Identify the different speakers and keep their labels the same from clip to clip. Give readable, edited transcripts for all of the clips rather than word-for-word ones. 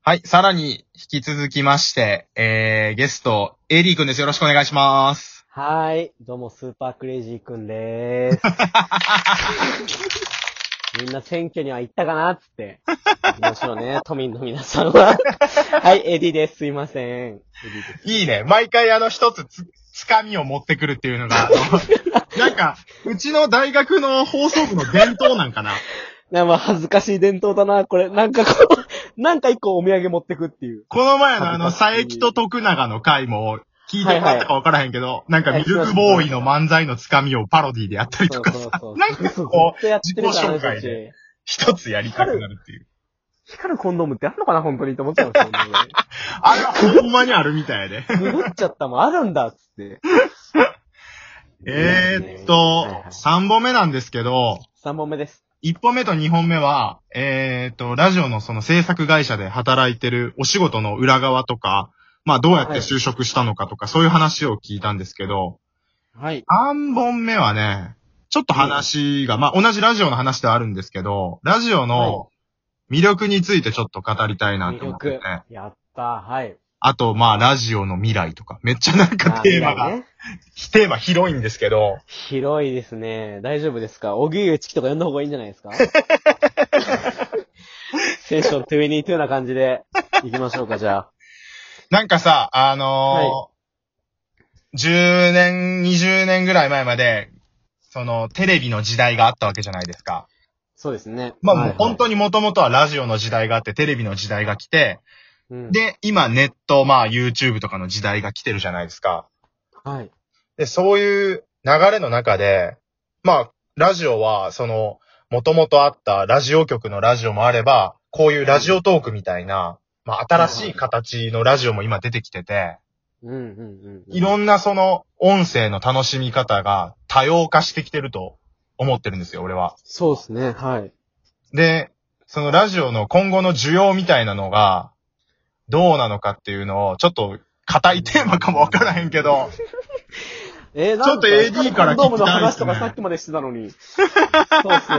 Speaker 1: はい。さらに、引き続きまして、ゲスト、AD くんです。よろしくお願いします。
Speaker 2: はーい。どうも、スーパークレイジーくんでーす。みんな選挙には行ったかなっつって。行きましょうね、都民の皆さんは。はい、AD です。すいません。AD です。
Speaker 1: いいね。毎回一つつかみを持ってくるっていうのが、なんか、うちの大学の放送部の伝統なんかな。
Speaker 2: まあ、恥ずかしい伝統だな、これ。なんか一個お土産持ってくっていう。
Speaker 1: この前の佐伯と徳永の回も、聞いてもらったか分からへんけど、なんかミルクボーイの漫才のつかみをパロディでやったりとかさ、なんかこう、自己紹介で一つやりたくなるっていう。
Speaker 2: 光るコンドームってあるのかな本当にって思っちゃうんですよね。
Speaker 1: あれ、ほんまにあるみたいで。
Speaker 2: ググっちゃったもん、あるんだっつって。
Speaker 1: 3本目なんですけど、
Speaker 2: 3本目です。
Speaker 1: 1本目と2本目は、ラジオのその制作会社で働いてるお仕事の裏側とか、まあどうやって就職したのかとか、そういう話を聞いたんですけど、
Speaker 2: はい。
Speaker 1: 3本目はね、ちょっと話が、まあ同じラジオの話ではあるんですけど、ラジオの魅力についてちょっと語りたいなと思ってて。
Speaker 2: やったー、はい。
Speaker 1: あと、まあラジオの未来とか、めっちゃなんかテーマが、テーマ広いんですけど。
Speaker 2: 広いですね。大丈夫ですか？荻上チキとか呼んだ方がいいんじゃないですか？セッション22な感じで行きましょうか、じゃあ。
Speaker 1: なんかさ、10年、20年ぐらい前まで、テレビの時代があったわけじゃないですか。
Speaker 2: そうですね。
Speaker 1: まあ、本当に元々はラジオの時代があって、テレビの時代が来て、で、今ネット、まあ YouTube とかの時代が来てるじゃないですか。
Speaker 2: はい。
Speaker 1: で、そういう流れの中で、まあ、ラジオは、元々あったラジオ局のラジオもあれば、こういうラジオトークみたいな、まあ、新しい形のラジオも今出てきてて、いろんな音声の楽しみ方が多様化してきてると思ってるんですよ、俺は。
Speaker 2: そうですね、はい。
Speaker 1: で、そのラジオの今後の需要みたいなのが、どうなのかっていうのを、ちょっと、硬いテーマかもわからへんけど、
Speaker 2: ちょ
Speaker 1: っと AD から聞きたいですね。
Speaker 2: コンドームの話とかさっきまでしてたのに。そうです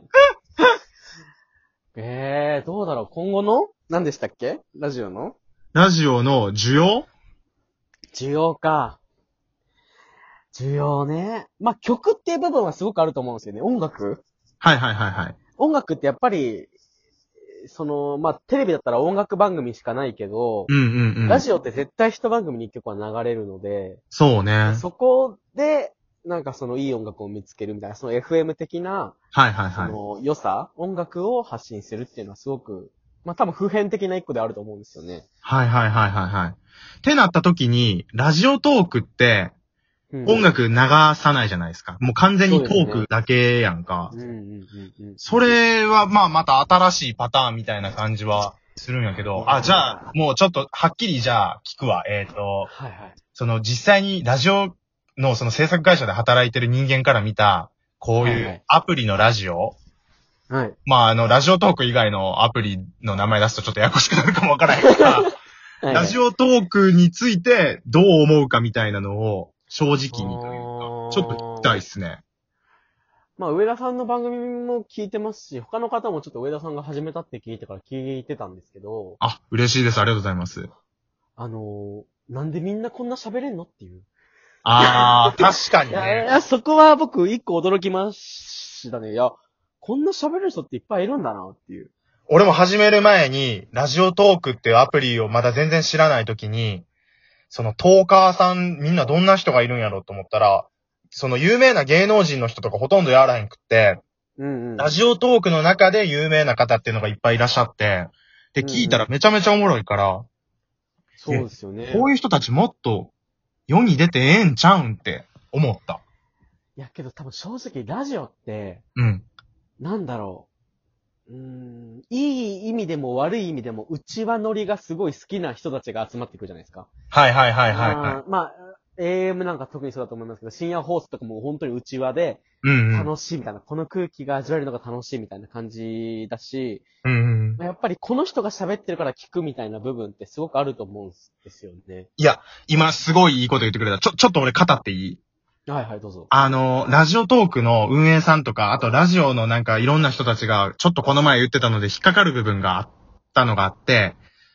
Speaker 2: ね。どうだろう今後の何でしたっけラジオの
Speaker 1: 需要
Speaker 2: 需要か。需要ね。まあ、曲っていう部分はすごくあると思うんですよね。音楽
Speaker 1: はいはいはいはい。
Speaker 2: 音楽ってやっぱり、まあ、テレビだったら音楽番組しかないけど、ラジオって絶対一番組に一曲は流れるので、
Speaker 1: そうね。
Speaker 2: そこで、なんかいい音楽を見つけるみたいな、FM 的な、
Speaker 1: はいはいはい。
Speaker 2: 良さ、音楽を発信するっていうのはすごく、まあ、多分普遍的な一個であると思うんですよね。
Speaker 1: はいはいはいはいはい。ってなった時に、ラジオトークって、音楽流さないじゃないですか。もう完全にトークだけやんか。それはまあまた新しいパターンみたいな感じはするんやけど、じゃあもうちょっとはっきりじゃあ聞くわ。実際にラジオの制作会社で働いてる人間から見た、こういうアプリのラジオ。
Speaker 2: はい。
Speaker 1: まあラジオトーク以外のアプリの名前出すとちょっとややこしくなるかもわからへんから、ラジオトークについてどう思うかみたいなのを、正直にというか、ちょっと聞きたいっすね。
Speaker 2: まあ、上田さんの番組も聞いてますし、他の方もちょっと上田さんが始めたって聞いてから聞いてたんですけど。
Speaker 1: 嬉しいです。ありがとうございます。
Speaker 2: なんでみんなこんな喋れんのっていう。
Speaker 1: 確かにね。
Speaker 2: そこは僕一個驚きましたね。いや、こんな喋れる人っていっぱいいるんだなっていう。
Speaker 1: 俺も始める前に、ラジオトークっていうアプリをまだ全然知らないときに、トーカーさん、みんなどんな人がいるんやろうと思ったら、有名な芸能人の人とかほとんどやらへんくって、ラジオトークの中で有名な方っていうのがいっぱいいらっしゃって、で、聞いたらめちゃめちゃおもろいから、
Speaker 2: そうですよね。
Speaker 1: こういう人たちもっと世に出てええんちゃうんって思った。
Speaker 2: いや、けど多分正直ラジオって、なんだろう。いい意味でも悪い意味でも、内輪乗りがすごい好きな人たちが集まってくるじゃないですか。
Speaker 1: はいはいはいはい。
Speaker 2: まあ、AM なんか特にそうだと思いますけど、深夜放送とかも本当に内輪で、楽しいみたいな、この空気が味わえるのが楽しいみたいな感じだし、やっぱりこの人が喋ってるから聞くみたいな部分ってすごくあると思うんですよね。
Speaker 1: いや、今すごいいいこと言ってくれた。ちょっと俺語っていい？
Speaker 2: はいはい、どうぞ。
Speaker 1: ラジオトークの運営さんとか、あとラジオのなんかいろんな人たちが、ちょっとこの前言ってたので引っかかる部分があったのがあって、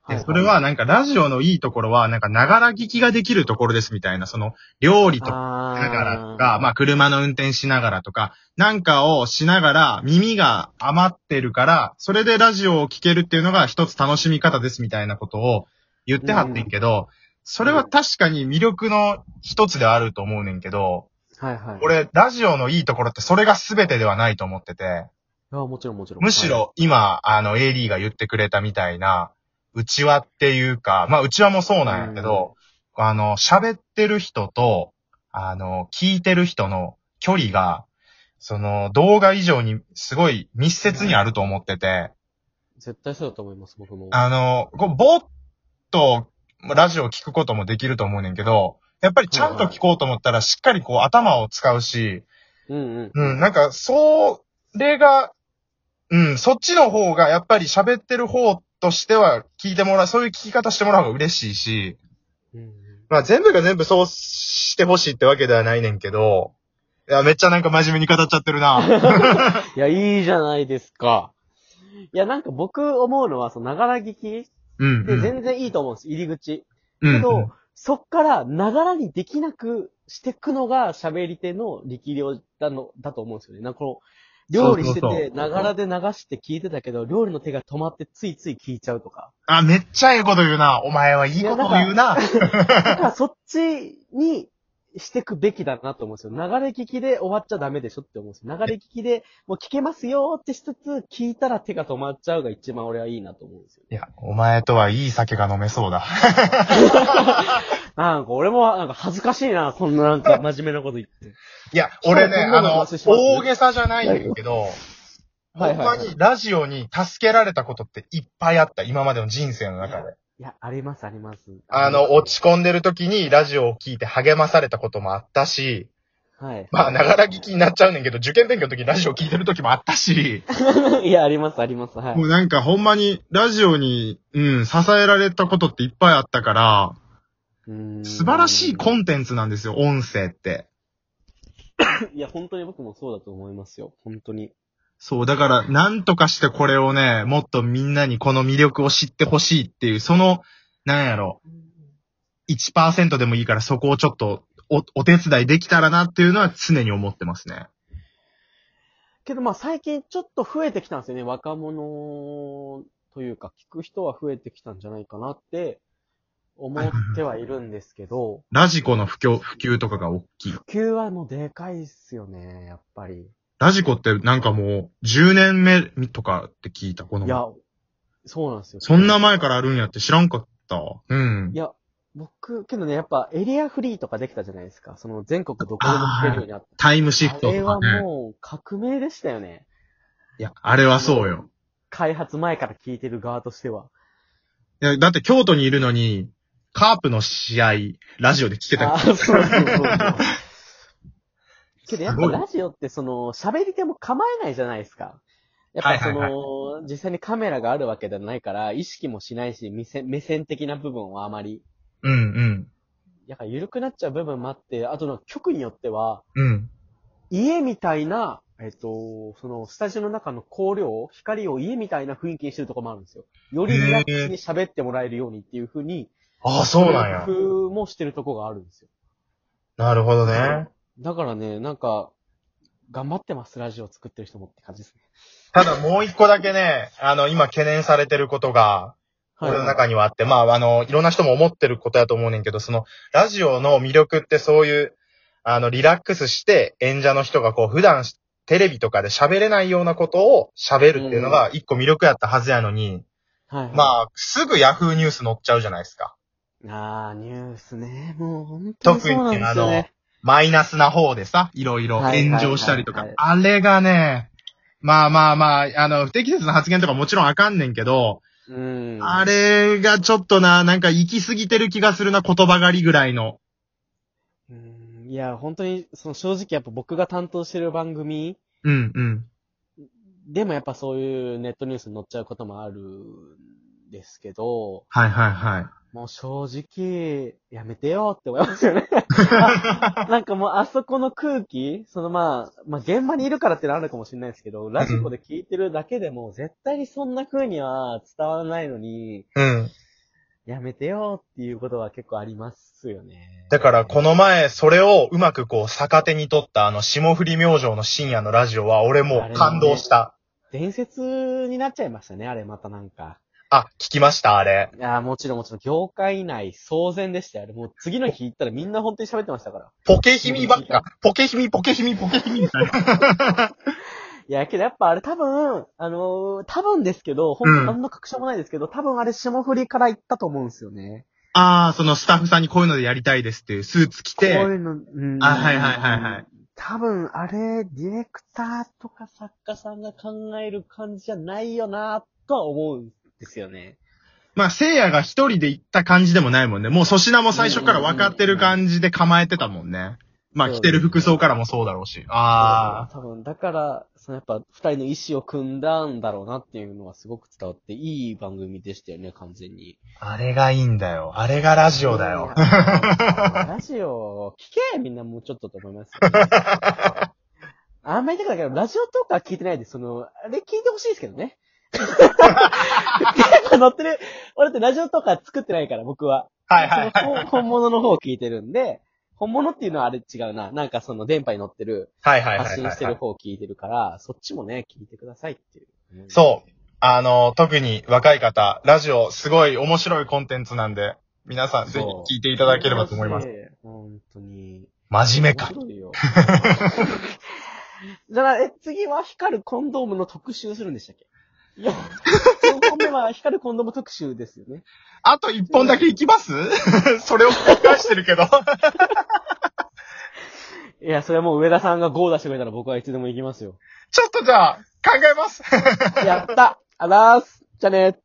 Speaker 1: で、それはなんかラジオのいいところは、なんかながら聞きができるところですみたいな、その料理とかしながらとか、まあ車の運転しながらとか、なんかをしながら耳が余ってるから、それでラジオを聞けるっていうのが一つ楽しみ方ですみたいなことを言ってはってんけど、それは確かに魅力の一つではあると思うねんけど、
Speaker 2: はいはい。
Speaker 1: 俺、ラジオのいいところってそれが全てではないと思ってて、
Speaker 2: もちろんもちろん。
Speaker 1: むしろ今、AD が言ってくれたみたいな、内輪っていうか、まあ内輪もそうなんやけど、喋ってる人と、聞いてる人の距離が、その動画以上にすごい密接にあると思ってて、
Speaker 2: 絶対そうだと思います、僕も。
Speaker 1: ぼーっとラジオを聞くこともできると思うねんけど、やっぱりちゃんと聞こうと思ったらしっかりこう頭を使うし、なんか、それが、そっちの方がやっぱり喋ってる方としては聞いてもらう、そういう聞き方してもらう方が嬉しいし、まあ全部が全部そうしてほしいってわけではないねんけど、いや、めっちゃなんか真面目に語っちゃってるな。
Speaker 2: いや、いいじゃないですか。いや、なんか僕思うのは、その、ながら聞きで全然いいと思うんです、入り口。けど、そっから、ながらにできなくしていくのが喋り手の力量だと思うんですよね。なんかこの、料理してて、ながらで流して聞いてたけど、料理の手が止まってついつい聞いちゃうとか。
Speaker 1: あ、めっちゃいいこと言うな。お前はいいこと言うな。
Speaker 2: だからそっちにしてくべきだなと思うんですよ。流れ聞きで終わっちゃダメでしょって思うんですよ。流れ聞きでもう聞けますよってしつつ、聞いたら手が止まっちゃうが一番俺はいいなと思うんですよ。
Speaker 1: いや、お前とはいい酒が飲めそうだ。
Speaker 2: なんか俺もなんか恥ずかしいな、こんななんか真面目なこと言って。
Speaker 1: いや、俺ね、大げさじゃないんだけど、ほんまにラジオに助けられたことっていっぱいあった、今までの人生の中で。
Speaker 2: いや、ありますあります。
Speaker 1: 落ち込んでる時にラジオを聞いて励まされたこともあったし、
Speaker 2: はい。
Speaker 1: まあ、ながら聞きになっちゃうねんけど、受験勉強の時にラジオ聞いてる時もあったし。
Speaker 2: いや、あります、あります。はい。
Speaker 1: もうなんかほんまにラジオに、支えられたことっていっぱいあったから、素晴らしいコンテンツなんですよ、音声って。
Speaker 2: いや、本当に僕もそうだと思いますよ。本当に。
Speaker 1: そう、だから、なんとかしてこれをね、もっとみんなにこの魅力を知ってほしいっていう、その、なんやろ、1% でもいいからそこをちょっとお手伝いできたらなっていうのは常に思ってますね。
Speaker 2: けどまあ最近ちょっと増えてきたんですよね。若者というか、聞く人は増えてきたんじゃないかなって思ってはいるんですけど。
Speaker 1: ラジコの普及とかが大きい。
Speaker 2: 普及はもうでかいっすよね、やっぱり。
Speaker 1: ラジコってなんかもう10年目とかって聞いた、この。
Speaker 2: いや、そうなんですよ。
Speaker 1: そんな前からあるんやって知らんかった。
Speaker 2: いや、僕、けどね、やっぱエリアフリーとかできたじゃないですか。その全国どこでも聞けるようになった。
Speaker 1: タイムシフトとか、ね。
Speaker 2: あれはもう革命でしたよね。
Speaker 1: いや、あれはそうよ。
Speaker 2: 開発前から聞いてる側としては。
Speaker 1: いや、だって京都にいるのに、カープの試合、ラジオで聞けた。
Speaker 2: そう。けどやっぱラジオってその、喋り手も構えないじゃないですか。やっぱその、実際にカメラがあるわけではないから、意識もしないし、目線的な部分はあまり。やっぱ緩くなっちゃう部分もあって、あとの局によっては、家みたいな、その、スタジオの中の光を家みたいな雰囲気にしてるところもあるんですよ。よりリラックスに喋ってもらえるようにっていう風に、
Speaker 1: そうなんや。
Speaker 2: 工夫もしてるところがあるんですよ。
Speaker 1: なるほどね。
Speaker 2: だからね、なんか、頑張ってます、ラジオ作ってる人もって感じですね。
Speaker 1: ただもう一個だけね、今懸念されてることが、俺の中にはあって、まあ、いろんな人も思ってることやと思うねんけど、その、ラジオの魅力ってそういう、リラックスして演者の人がこう、普段テレビとかで喋れないようなことを喋るっていうのが一個魅力やったはずやのに、まあ、すぐヤフーニュース載っちゃうじゃないですか。
Speaker 2: ニュースね。もう本当にそうなんですよね。
Speaker 1: マイナスな方でさ、いろいろ炎上したりとか。あれがね、まあ、不適切な発言とかもちろんあかんねんけど、あれがちょっとなんか行き過ぎてる気がするな、言葉狩りぐらいの。
Speaker 2: いや、本当に、その正直やっぱ僕が担当してる番組、でもやっぱそういうネットニュースに載っちゃうこともあるんですけど、もう正直、やめてよって思いますよね。なんかもうあそこの空気、そのまあ現場にいるからってのあるかもしれないですけど、ラジコで聞いてるだけでも絶対にそんな風には伝わらないのに、 やめてよっていうことは結構ありますよね。
Speaker 1: だからこの前、それをうまくこう逆手に取った霜降り明星の深夜のラジオは俺もう感動した。
Speaker 2: 伝説になっちゃいましたね、あれまたなんか。
Speaker 1: あ、聞きました、あれ。
Speaker 2: いや、もちろん。業界内騒然でしたよ。あれもう次の日行ったらみんな本当に喋ってましたから。
Speaker 1: ポケヒミばっか。ポケヒミみたいな。
Speaker 2: いや、けどやっぱあれ多分ですけど、本当何の確証もないですけど、多分あれ霜降りから行ったと思うんですよね。
Speaker 1: そのスタッフさんにこういうのでやりたいですっていうスーツ着て。
Speaker 2: こういうの、
Speaker 1: はい。
Speaker 2: 多分あれ、ディレクターとか作家さんが考える感じじゃないよなとは思うんですよね。
Speaker 1: まあ、聖夜が一人で行った感じでもないもんね。もう粗品も最初から分かってる感じで構えてたもんね。まあ、着てる服装からもそうだろうし。
Speaker 2: 多分、だから、やっぱ、二人の意思を組んだんだろうなっていうのはすごく伝わって、いい番組でしたよね、完全に。
Speaker 1: あれがいいんだよ。あれがラジオだよ。
Speaker 2: ラジオ、聞けみんなもうちょっとと思います、ね。あんまりだから、ラジオとか聞いてないで、あれ聞いてほしいですけどね。乗ってる、俺ってラジオとか作ってないから、僕は。本物の方を聞いてるんで、本物っていうのはあれ違うな。なんか電波に乗ってる、発信してる方を聞いてるから、そっちもね、聞いてくださいっていう。
Speaker 1: そう。特に若い方、ラジオすごい面白いコンテンツなんで、皆さんぜひ聞いていただければと思います。
Speaker 2: 本当に。
Speaker 1: 真面目か。
Speaker 2: 面白いよ。じゃあ、次は光るコンドームの特集するんでしたっけ？いや、4本目は光るコンドーム特集ですよね。
Speaker 1: あと1本だけ行きますそれを繰り返してるけど。
Speaker 2: いや、それはもう上田さんが5出してくれたら僕はいつでも行きますよ。
Speaker 1: ちょっとじゃあ、考えます。
Speaker 2: やったあらーす。じゃあね